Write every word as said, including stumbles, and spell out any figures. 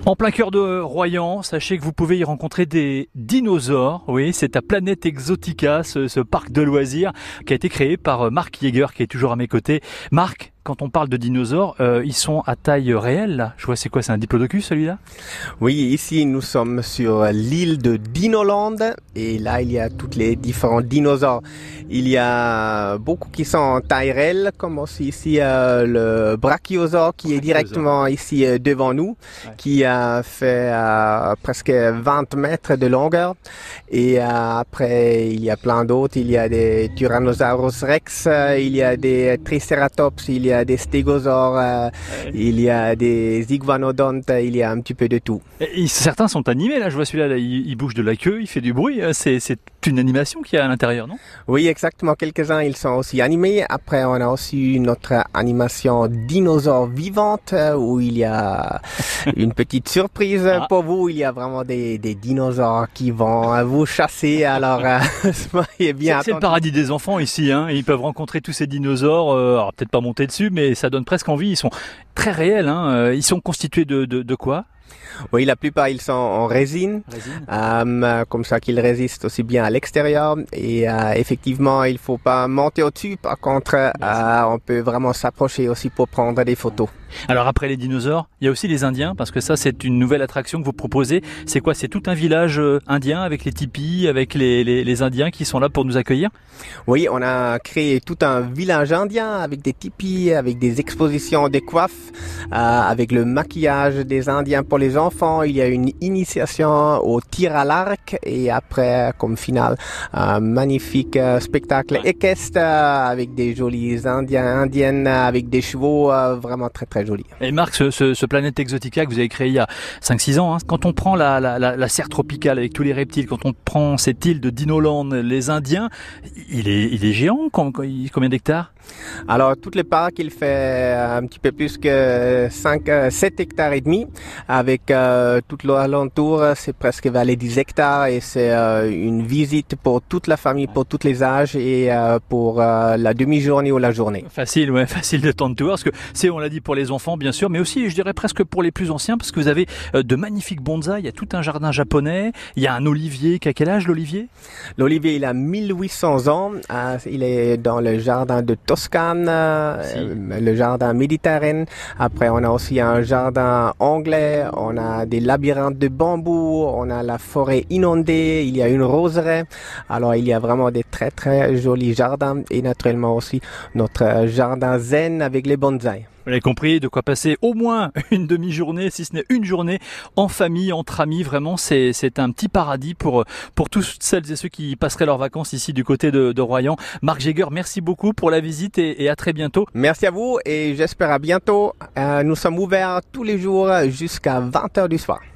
En plein cœur de Royan, sachez que vous pouvez y rencontrer des dinosaures. Oui, c'est à Planète Exotica, ce, ce parc de loisirs qui a été créé par Marc Jäger, qui est toujours à mes côtés. Marc, quand on parle de dinosaures, euh, ils sont à taille réelle, là. Je vois, c'est quoi, c'est un diplodocus, celui-là? Oui, ici, nous sommes sur l'île de Dinoland. Et là, il y a tous les différents dinosaures. Il y a beaucoup qui sont en taille réelle, comme aussi ici euh, le brachiosaure qui est directement ici euh, devant nous, ouais. qui a fait euh, presque vingt mètres de longueur. Et euh, après, il y a plein d'autres. Il y a des Tyrannosaurus rex, euh, il y a des Triceratops, il y a des stégosaures, euh, ouais. il y a des iguanodontes, il y a un petit peu de tout. Et certains sont animés, là. Je vois celui-là, là, il, il bouge de la queue, il fait du bruit. C'est, c'est une animation qu'il y a à l'intérieur, non? Oui, exactement. Quelques-uns, ils sont aussi animés. Après, on a aussi notre animation dinosaure vivante où il y a une petite surprise ah. pour vous. Il y a vraiment des, des dinosaures qui vont vous chasser. Alors, euh, soyez bien c'est, c'est le paradis des enfants ici, hein. Ils peuvent rencontrer tous ces dinosaures. Euh, alors, peut-être pas monter dessus, mais ça donne presque envie. Ils sont très réels, hein. Ils sont constitués de, de, de quoi? Oui, la plupart, ils sont en résine, résine. Euh, comme ça qu'ils résistent aussi bien à l'extérieur. Et euh, effectivement, il faut pas monter au-dessus. Par contre, euh, on peut vraiment s'approcher aussi pour prendre des photos. Alors après les dinosaures, il y a aussi les Indiens, parce que ça, c'est une nouvelle attraction que vous proposez. C'est quoi? C'est tout un village indien avec les tipis, avec les, les, les Indiens qui sont là pour nous accueillir? Oui, on a créé tout un village indien avec des tipis, avec des expositions de coiffes, euh, avec le maquillage des Indiens pour les enfants. Il y a une initiation au tir à l'arc et après, comme finale, un magnifique spectacle équestre avec des jolis Indiens, Indiennes, avec des chevaux vraiment très très jolis. Et Marc, ce, ce, ce Planète Exotica que vous avez créé il y a cinq six ans, hein, quand on prend la, la, la, la serre tropicale avec tous les reptiles, quand on prend cette île de Dinoland, les Indiens, il est, il est géant, combien d'hectares? Alors, toutes les parcs, il fait un petit peu plus que cinq, sept hectares et demi. Avec euh, tout l'alentour, c'est presque vers les dix hectares et c'est euh, une visite pour toute la famille, pour tous les âges et euh, pour euh, la demi-journée ou la journée. Facile, ouais, facile de temps de tour. Parce que c'est, on l'a dit, pour les enfants, bien sûr, mais aussi, je dirais presque pour les plus anciens, parce que vous avez euh, de magnifiques bonsaïs. Il y a tout un jardin japonais. Il y a un olivier. Qui a quel âge, l'olivier? L'olivier, il a mille huit cents ans. Euh, il est dans le jardin de Toscane, euh, si. le jardin méditerranéen. Après, on a aussi un jardin anglais. On a des labyrinthes de bambou. On a la forêt inondée. Il y a une roseraie. Alors, il y a vraiment des très, très jolis jardins. Et naturellement aussi, notre jardin zen avec les bonsaïs. Vous l'avez compris, de quoi passer au moins une demi-journée, si ce n'est une journée, en famille, entre amis. Vraiment, c'est, c'est un petit paradis pour, pour tous celles et ceux qui passeraient leurs vacances ici du côté de, de Royan. Marc Jäger, merci beaucoup pour la visite et, et à très bientôt. Merci à vous et j'espère à bientôt. Euh, nous sommes ouverts tous les jours jusqu'à vingt heures du soir.